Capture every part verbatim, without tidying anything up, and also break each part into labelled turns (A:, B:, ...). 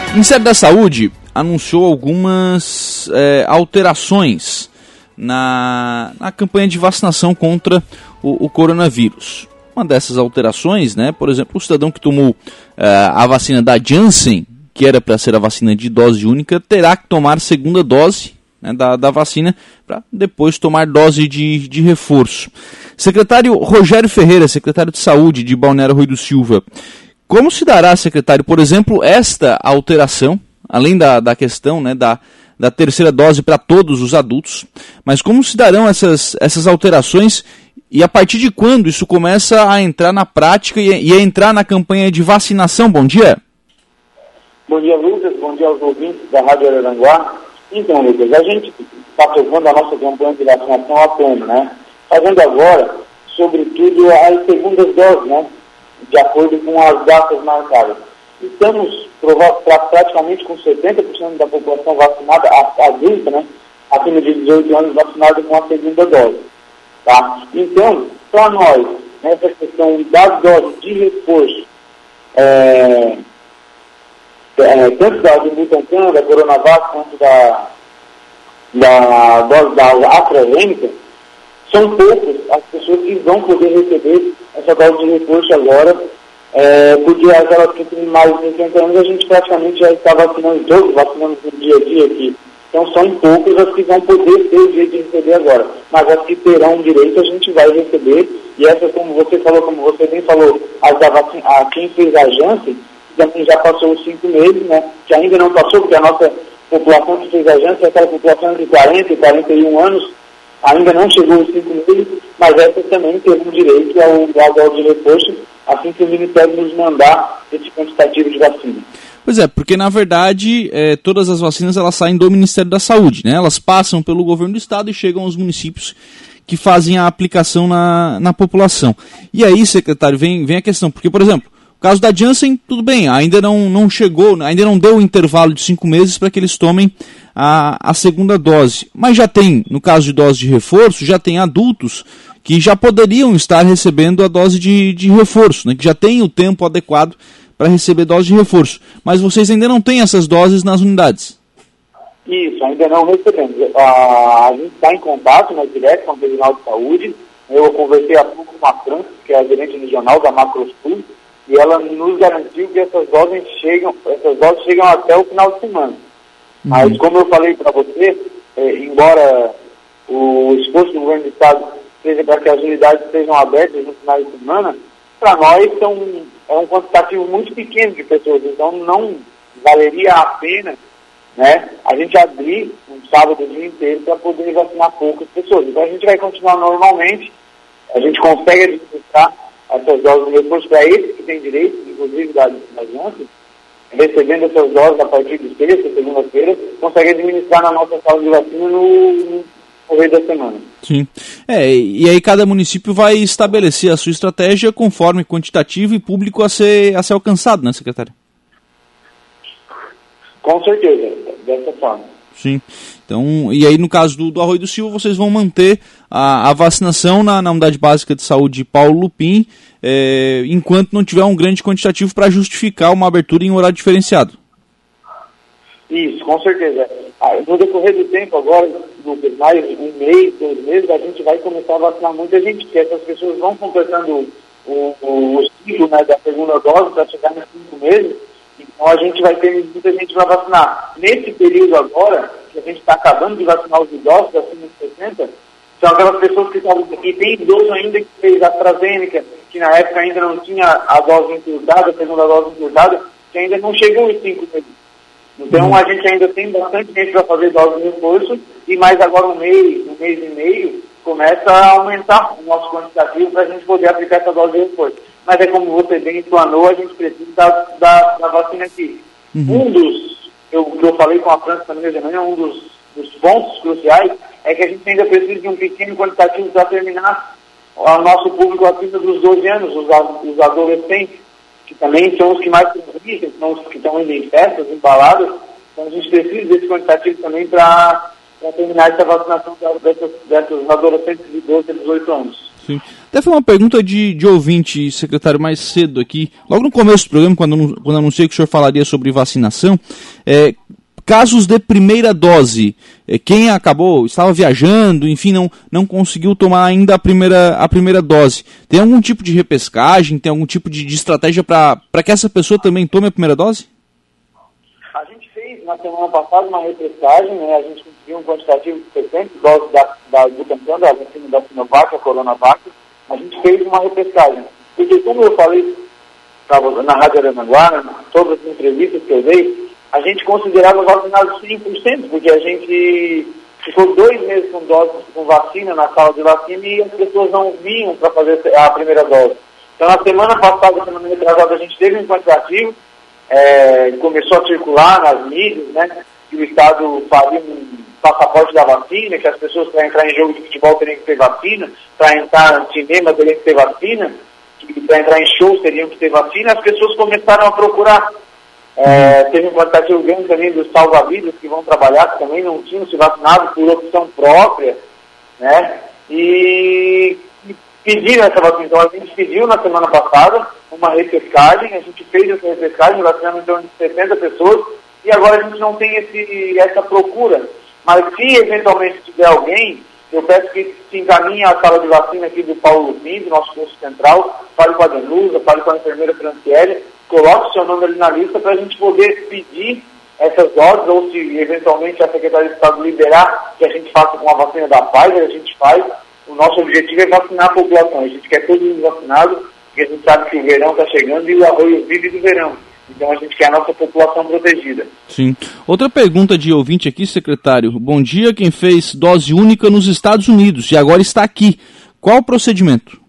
A: O Ministério da Saúde anunciou algumas é, alterações na, na campanha de vacinação contra o, o coronavírus. Uma dessas alterações, né, por exemplo, o cidadão que tomou uh, a vacina da Janssen, que era para ser a vacina de dose única, terá que tomar segunda dose, né, da, da vacina para depois tomar dose de, de reforço. Secretário Rogério Ferreira, secretário de Saúde de Balneário Rui do Silva, como se dará, secretário, por exemplo, esta alteração, além da, da questão, né, da, da terceira dose para todos os adultos, mas como se darão essas, essas alterações e a partir de quando isso começa a entrar na prática e, e a entrar na campanha de vacinação? Bom dia.
B: Bom dia, Lucas. Bom dia aos ouvintes da Rádio Araranguá. Então, Lucas, a gente está tocando a nossa campanha de vacinação a pleno, né? Fazendo agora, sobretudo, as segundas doses, né? De acordo com as datas marcadas. Estamos pra, praticamente com setenta por cento da população vacinada, adulta, né? Acima de dezoito anos, vacinada com a segunda dose. Tá? Então, para nós, nessa questão das doses de reforço, é, é, tanto da do Butantan, da Coronavac, quanto da, da dose da AstraZeneca, são poucas as pessoas que vão poder receber essa dose de reforço agora, é, porque aquelas que têm mais de cinquenta anos, a gente praticamente já está vacinando todos, vacinando no dia a dia aqui. Então são poucas as que vão poder ter o jeito de receber agora. Mas as que terão direito, a gente vai receber. E essas, como você falou, como você bem falou, as da vacina, a quem fez a Janssen, também já passou os cinco meses, né? Que ainda não passou, porque a nossa população que fez a Janssen é aquela população de quarenta e quarenta e um anos, ainda não chegou os cinco meses, mas essas também terão direito ao, ao dose de reforço, assim que o Ministério nos mandar esse quantitativo de vacina.
A: Pois é, porque na verdade é, todas as vacinas elas saem do Ministério da Saúde, né? Elas passam pelo governo do estado e chegam aos municípios que fazem a aplicação na, na população. E aí, secretário, vem, vem a questão, porque, por exemplo, o caso da Janssen, tudo bem, ainda não, não chegou, ainda não deu o intervalo de cinco meses para que eles tomem a, a segunda dose. Mas já tem, no caso de dose de reforço, já tem adultos que já poderiam estar recebendo a dose de, de reforço, né? Que já tem o tempo adequado para receber dose de reforço. Mas vocês ainda não têm essas doses nas unidades?
B: Isso, ainda não recebemos. A, a gente está em contato, né, direto com o Tribunal de Saúde. Eu conversei há pouco com a França, que é a gerente regional da Macrosul, e ela nos garantiu que essas doses chegam, essas doses chegam até o final de semana. Uhum. Mas como eu falei para você, é, embora o esforço do governo do estado seja para que as unidades sejam abertas no final de semana, para nós são, é um quantitativo muito pequeno de pessoas, então não valeria a pena, né, a gente abrir um sábado o dia inteiro para poder vacinar poucas pessoas. Então a gente vai continuar normalmente, a gente consegue administrar essas doses de reforço para esses que têm direito, inclusive da, da Janssen, recebendo essas doses a partir de sexta, segunda-feira, consegue administrar na nossa sala de vacina no, no correr da semana.
A: Sim. É, e aí cada município vai estabelecer a sua estratégia conforme quantitativo e público a ser, a ser alcançado, né, secretário?
B: Com certeza, dessa forma.
A: Sim. Então, e aí no caso do, do Arroio do Silva, vocês vão manter a, a vacinação na, na Unidade Básica de Saúde Paulo Lupim, é, enquanto não tiver um grande quantitativo para justificar uma abertura em horário diferenciado.
B: Isso, com certeza. No decorrer do tempo agora, Lucas, mais um mês, dois meses, a gente vai começar a vacinar muita gente, porque essas pessoas vão completando o, o, o ciclo, né, da segunda dose para chegar nos cinco meses. Então a gente vai ter muita gente para vacinar. Nesse período agora, que a gente está acabando de vacinar os idosos acima de sessenta, são aquelas pessoas que, estavam, que têm idoso ainda que fez a AstraZeneca, que na época ainda não tinha a dose encurtada, a segunda dose encurtada, que ainda não chegou aos cinco meses. Então a gente ainda tem bastante gente para fazer dose de reforço, e mais agora um mês, um mês e meio, começa a aumentar o nosso quantitativo para a gente poder aplicar essa dose de reforço. Mas é como você bem explanou, a gente precisa da, da, da vacina aqui. Uhum. Um dos, eu, que eu falei com a França também, um dos, dos pontos cruciais é que a gente ainda precisa de um pequeno quantitativo para terminar o nosso público acima dos doze anos, os, os adolescentes, que também são os que mais transmitem, são os que estão indo em festas, em baladas. Então a gente precisa desse quantitativo também para terminar essa vacinação dessas, dessas adolescentes de doze a dezoito anos.
A: Sim. Até foi uma pergunta de, de ouvinte, secretário, mais cedo aqui, logo no começo do programa, quando, quando anunciei que o senhor falaria sobre vacinação, é, casos de primeira dose, é, quem acabou, estava viajando, enfim, não, não conseguiu tomar ainda a primeira, a primeira dose, tem algum tipo de repescagem, tem algum tipo de, de estratégia para que essa pessoa também tome a primeira dose?
B: A gente fez na semana passada uma repescagem, né? A gente conseguiu um quantitativo de setenta doses da, da, do campeão da vacina da Sinovac, a Coronavac. A gente fez uma repescagem. Porque, como eu falei na Rádio Aranaguá, todas as entrevistas que eu dei, a gente considerava vacinado cem por cento, porque a gente ficou dois meses com doses com vacina na sala de vacina e as pessoas não vinham para fazer a primeira dose. Então, na semana passada, semana retrasada, a gente teve um quantitativo, é, começou a circular nas mídias, né, que o Estado faria um passaporte da vacina, que as pessoas para entrar em jogo de futebol teriam que ter vacina, para entrar no cinema teriam que ter vacina, que para entrar em shows teriam que ter vacina, as pessoas começaram a procurar. É, teve um quantitativo grande também dos salva-vidas que vão trabalhar, que também não tinham se vacinado por opção própria, né, e, e pediram essa vacina. Então a gente pediu na semana passada uma repescagem, a gente fez essa repescagem, vacinando em torno de setenta pessoas, e agora a gente não tem esse, essa procura. Mas se eventualmente tiver alguém, eu peço que se encaminhe à sala de vacina aqui do Paulo Lupin, do nosso posto central, fale com a Danusa, fale com a enfermeira Franciele, coloque o seu nome ali na lista para a gente poder pedir essas doses, ou se eventualmente a Secretaria de Estado liberar que a gente faça com a vacina da Pfizer, a gente faz. O nosso objetivo é vacinar a população, a gente quer todo mundo vacinado, porque a gente sabe que o verão está chegando e o arroio vive do verão. Então a gente quer a nossa população protegida.
A: Sim. Outra pergunta de ouvinte aqui, secretário. Bom dia, quem fez dose única nos Estados Unidos e agora está aqui. Qual o procedimento?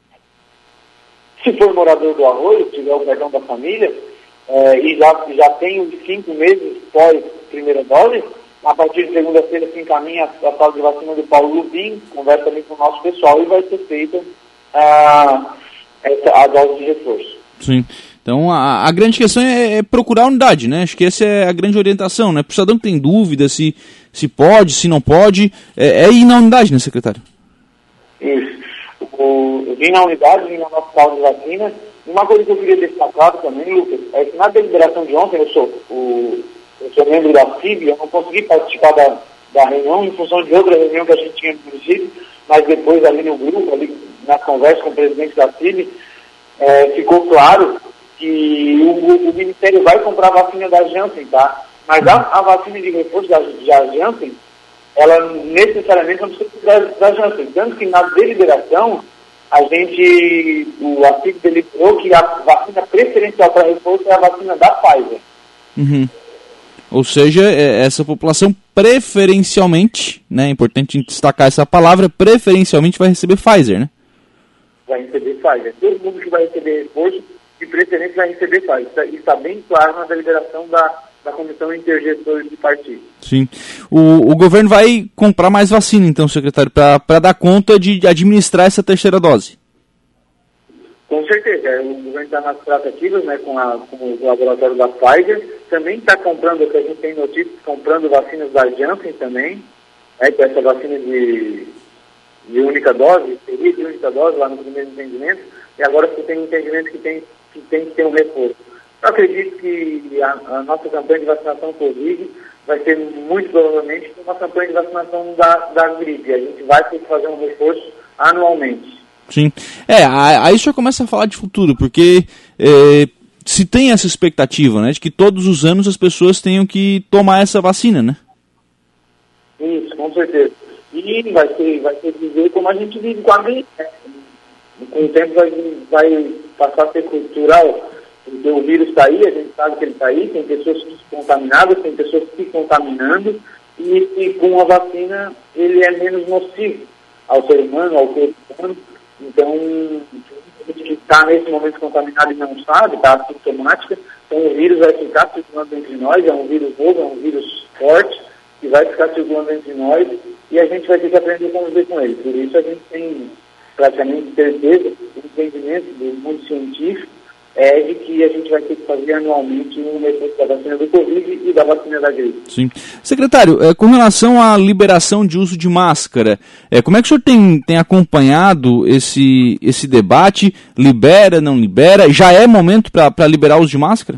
B: Se for morador do Arroio, tiver o perdão da família, é, e já, já tem os cinco meses pós primeira dose, a partir de segunda-feira se encaminha a, a sala de vacina do Paulo Lupin, conversa ali com o nosso pessoal e vai ser feita a, essa, a dose de reforço.
A: Sim. Então, a, a grande questão é, é procurar a unidade, né? Acho que essa é a grande orientação, né? O cidadão que tem dúvida se, se pode, se não pode, é, é ir na unidade, né, secretário?
B: Isso. O, eu vim na unidade, vim na nossa sala de vacina. Uma coisa que eu queria destacar também, Lucas, é que na deliberação de ontem, eu sou, o, eu sou membro da C I B, eu não consegui participar da, da reunião em função de outra reunião que a gente tinha no município, mas depois ali no grupo, ali na conversa com o presidente da C I B, é, ficou claro que o, o Ministério vai comprar a vacina da Janssen, tá? Mas a, a vacina de reforço da, da Janssen, ela necessariamente não precisa da, da Janssen. Tanto que na deliberação, a gente, o A C I B deliberou que a vacina preferencial para reforço é a vacina da Pfizer.
A: Uhum. Ou seja, essa população preferencialmente, né, é importante destacar essa palavra, preferencialmente vai receber Pfizer, né?
B: Vai receber Pfizer. Todo mundo que vai receber reforço, de preferência vai receber Pfizer. Isso está bem claro na deliberação da, da Comissão Intergestora de Partido.
A: Sim. O, o governo vai comprar mais vacina, então, secretário, para dar conta de administrar essa terceira dose.
B: Com certeza. O governo está nas tratativas, né, com, a, com o laboratório da Pfizer. Também está comprando, o que a gente tem notícias, comprando vacinas da Janssen também, né, que é essa vacina de, de única dose, seria de única dose lá no primeiro entendimento, e agora você tem um entendimento que tem que, tem que ter um reforço. Eu acredito que a, a nossa campanha de vacinação Covid vai ser muito provavelmente uma campanha de vacinação da, da gripe. A gente vai ter que fazer um reforço anualmente.
A: Sim. É, aí o senhor começa a falar de futuro, porque é, se tem essa expectativa, né, de que todos os anos as pessoas tenham que tomar essa vacina, né?
B: Isso, com certeza. E vai ser, vai ser viver como a gente vive com a gripe, né? Com o tempo vai, vai passar a ser cultural, porque o vírus está aí, a gente sabe que ele está aí, tem pessoas contaminadas, tem pessoas se contaminando, e, e com a vacina ele é menos nocivo ao ser humano, ao corpo humano. Então, a gente que está nesse momento contaminado e não sabe, está assintomática, então o vírus vai ficar circulando entre nós, é um vírus novo, é um vírus forte, que vai ficar circulando entre nós, e a gente vai ter que aprender a conviver com ele. Por isso a gente tem praticamente certeza, o entendimento do mundo científico, é de que a gente vai ter que fazer anualmente um reforço da vacina do Covid e da vacina da gripe.
A: Sim. Secretário, é, com relação à liberação de uso de máscara, é, como é que o senhor tem, tem acompanhado esse, esse debate? Libera, não libera? Já é momento para liberar o uso de máscara?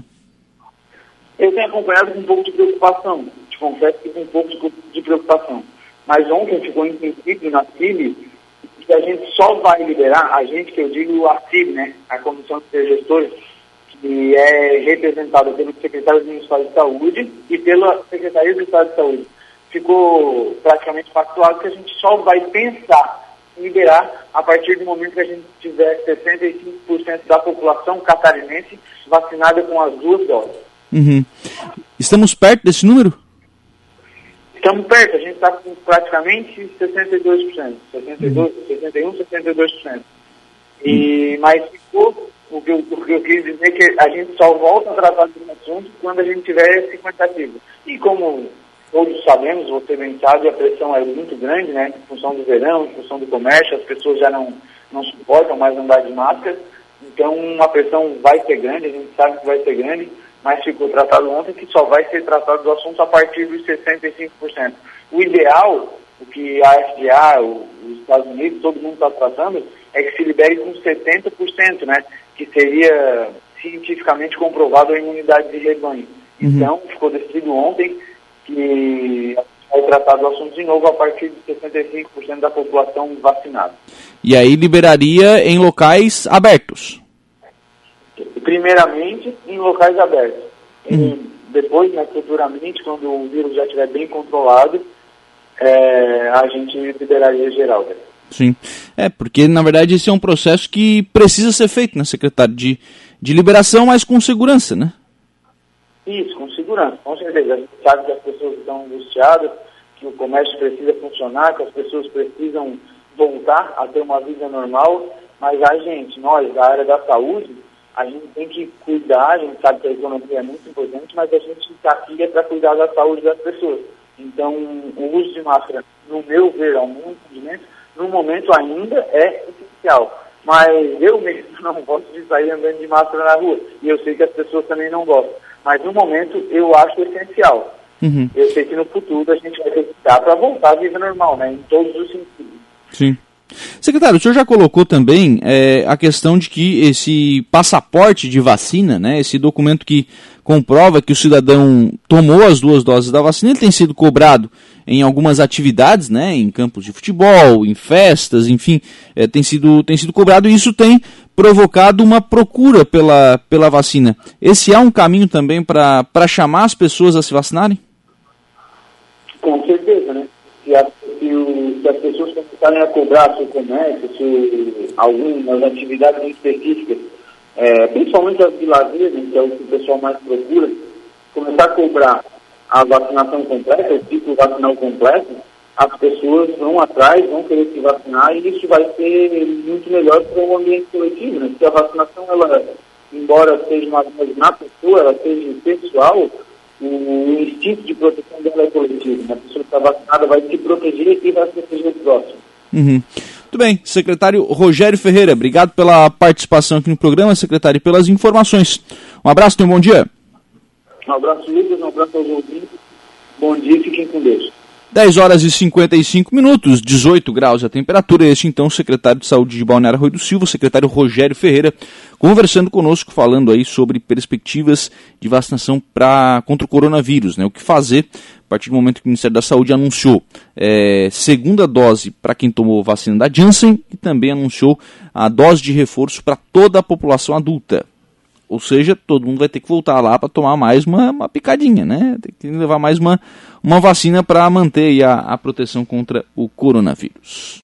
B: Eu tenho acompanhado com um pouco de preocupação, te confesso que com um pouco de, de preocupação. Mas ontem ficou entendido na C I B que a gente só vai liberar, a gente que eu digo a C I B, né, a Comissão de Gestores, que é representada pelo Secretário Municipal de Saúde e pela Secretaria do Estado de Saúde. Ficou praticamente pactuado que a gente só vai pensar em liberar a partir do momento que a gente tiver sessenta e cinco por cento da população catarinense vacinada com as duas doses.
A: Uhum. Estamos perto desse número?
B: Estamos perto, a gente está com praticamente sessenta e dois por cento, sessenta e dois, sessenta e um, sessenta e dois por cento. E, mas ficou, o que, eu, o que eu quis dizer é que a gente só volta a tratar desse assunto quando a gente tiver cinquenta ativos. E como todos sabemos, você bem sabe, a pressão é muito grande, né? Em função do verão, em função do comércio, as pessoas já não, não suportam mais andar de máscara. Então a pressão vai ser grande, a gente sabe que vai ser grande, mas ficou tratado ontem que só vai ser tratado do assunto a partir dos sessenta e cinco por cento. O ideal, o que a F D A, o, os Estados Unidos, todo mundo está tratando, é que se libere com setenta por cento, né? Que seria cientificamente comprovado a imunidade de rebanho. Uhum. Então, ficou decidido ontem que vai tratar do assunto de novo a partir de sessenta e cinco por cento da população vacinada.
A: E aí liberaria em locais abertos?
B: Primeiramente, em locais abertos.
A: Uhum.
B: E depois, né, futuramente, quando o vírus já estiver bem controlado, é, a gente liberaria geral. Né?
A: Sim, é porque na verdade esse é um processo que precisa ser feito, né, secretário, de, de liberação, mas com segurança, né?
B: Isso, com segurança, com certeza. A gente sabe que as pessoas estão angustiadas, que o comércio precisa funcionar, que as pessoas precisam voltar a ter uma vida normal, mas a gente, nós, da área da saúde, a gente tem que cuidar, a gente sabe que a economia é muito importante, mas a gente está aqui é para cuidar da saúde das pessoas. Então, o uso de máscara, no meu ver, ao meu entendimento, no momento ainda é essencial. Mas eu mesmo não gosto de sair andando de máscara na rua. E eu sei que as pessoas também não gostam. Mas no momento eu acho essencial. Uhum. Eu sei que no futuro a gente vai ter que dar para voltar à vida normal, né? Em todos os sentidos.
A: Sim. Secretário, o senhor já colocou também é, a questão de que esse passaporte de vacina, né, esse documento que comprova que o cidadão tomou as duas doses da vacina, ele tem sido cobrado em algumas atividades, né, em campos de futebol, em festas, enfim, é, tem sido, tem sido cobrado, e isso tem provocado uma procura pela, pela vacina. Esse é um caminho também para chamar as pessoas a se vacinarem?
B: Com certeza, né? Se, a, se, o, se as pessoas começarem a cobrar seu comércio, se algumas atividades específicas, é, principalmente as de lazer, né, que é o que o pessoal mais procura, começar a cobrar a vacinação completa, o ciclo vacinal completo, as pessoas vão atrás, vão querer se vacinar, e isso vai ser muito melhor para o ambiente coletivo, né? Porque a vacinação, ela, embora seja uma coisa na pessoa, ela seja pessoal, o instinto de proteção dela é coletivo, né? A pessoa que está vacinada vai se proteger e vai proteger o próximo.
A: Uhum. Muito bem, secretário Rogério Ferreira, obrigado pela participação aqui no programa, secretário, e pelas informações. Um abraço, tenha um bom dia.
B: Um abraço, Lucas, um abraço aos ouvintes. Bom dia e fiquem com Deus.
A: dez horas e cinquenta e cinco minutos, dezoito graus a temperatura. Este então o secretário de Saúde de Balneário Arroio do Silva, o secretário Rogério Ferreira, conversando conosco, falando aí sobre perspectivas de vacinação pra, contra o coronavírus, né? O que fazer a partir do momento que o Ministério da Saúde anunciou é, segunda dose para quem tomou vacina da Janssen e também anunciou a dose de reforço para toda a população adulta. Ou seja, todo mundo vai ter que voltar lá para tomar mais uma, uma picadinha, né? Tem que levar mais uma, uma vacina para manter aí a, a proteção contra o coronavírus.